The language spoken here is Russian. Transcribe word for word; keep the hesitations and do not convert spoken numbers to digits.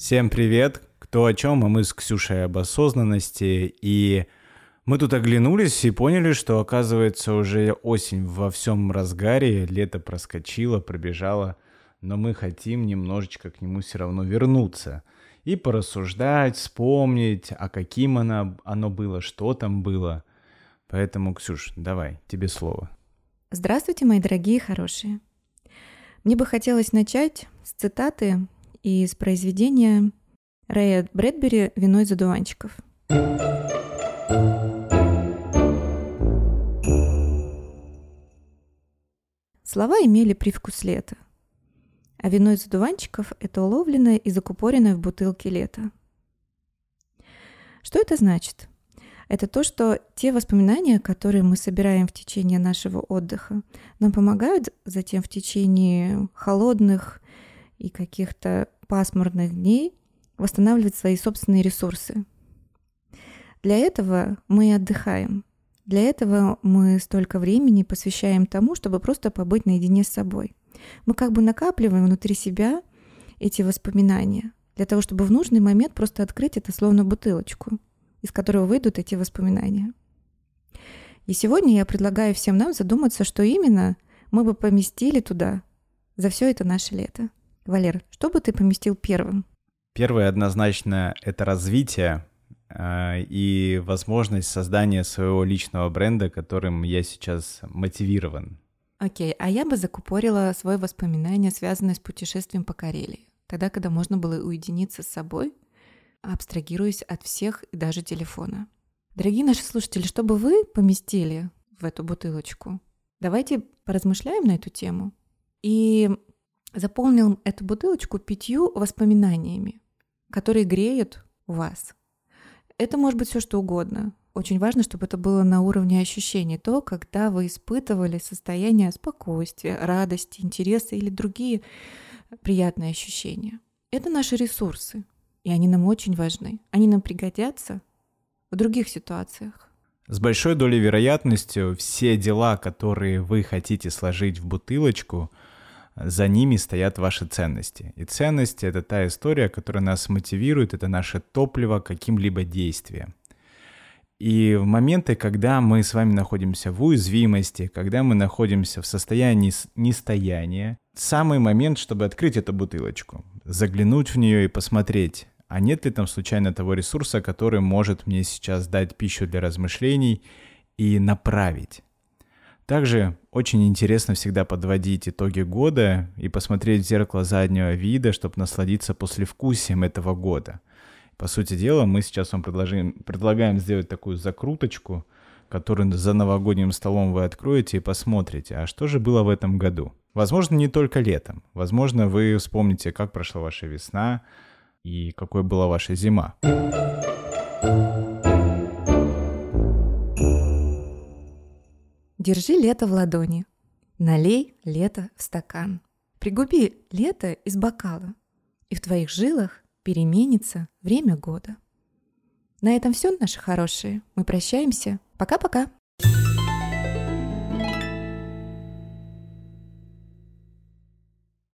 Всем привет! Кто о чем, а мы с Ксюшей об осознанности. И мы тут оглянулись и поняли, что, оказывается, уже осень во всем разгаре, лето проскочило, пробежало, но мы хотим немножечко к нему все равно вернуться и порассуждать, вспомнить, а каким оно, оно было, что там было. Поэтому, Ксюш, давай, тебе слово. Здравствуйте, мои дорогие и хорошие. Мне бы хотелось начать с цитаты из произведения Рэя Брэдбери «Вино из одуванчиков». Слова имели привкус лета, а вино из одуванчиков — это уловленное и закупоренное в бутылке лето. Что это значит? Это то, что те воспоминания, которые мы собираем в течение нашего отдыха, нам помогают затем в течение холодных и каких-то пасмурных дней восстанавливать свои собственные ресурсы. Для этого мы отдыхаем. Для этого мы столько времени посвящаем тому, чтобы просто побыть наедине с собой. Мы как бы накапливаем внутри себя эти воспоминания, для того, чтобы в нужный момент просто открыть это словно бутылочку, из которого выйдут эти воспоминания. И сегодня я предлагаю всем нам задуматься, что именно мы бы поместили туда за все это наше лето. Валер, что бы ты поместил первым? Первое однозначно — это развитие э, и возможность создания своего личного бренда, которым я сейчас мотивирован. Окей, а я бы закупорила свои воспоминания, связанные с путешествием по Карелии. Тогда, когда можно было уединиться с собой, абстрагируясь от всех и даже телефона. Дорогие наши слушатели, что бы вы поместили в эту бутылочку? Давайте поразмышляем на эту тему и заполним эту бутылочку пятью воспоминаниями, которые греют вас. Это может быть все что угодно. Очень важно, чтобы это было на уровне ощущений. То, когда вы испытывали состояние спокойствия, радости, интереса или другие приятные ощущения. Это наши ресурсы, и они нам очень важны. Они нам пригодятся в других ситуациях. С большой долей вероятности все дела, которые вы хотите сложить в бутылочку, за ними стоят ваши ценности. И ценности — это та история, которая нас мотивирует, это наше топливо к каким-либо действиям. И в моменты, когда мы с вами находимся в уязвимости, когда мы находимся в состоянии нестояния, самый момент, чтобы открыть эту бутылочку, заглянуть в нее и посмотреть, а нет ли там случайно того ресурса, который может мне сейчас дать пищу для размышлений и направить. Также очень интересно всегда подводить итоги года и посмотреть в зеркало заднего вида, чтобы насладиться послевкусием этого года. По сути дела, мы сейчас вам предложим, предлагаем сделать такую закруточку, которую за новогодним столом вы откроете и посмотрите, а что же было в этом году. Возможно, не только летом. Возможно, вы вспомните, как прошла ваша весна и какой была ваша зима. Держи лето в ладони, налей лето в стакан. Пригуби лето из бокала, и в твоих жилах переменится время года. На этом все, наши хорошие. Мы прощаемся. Пока-пока.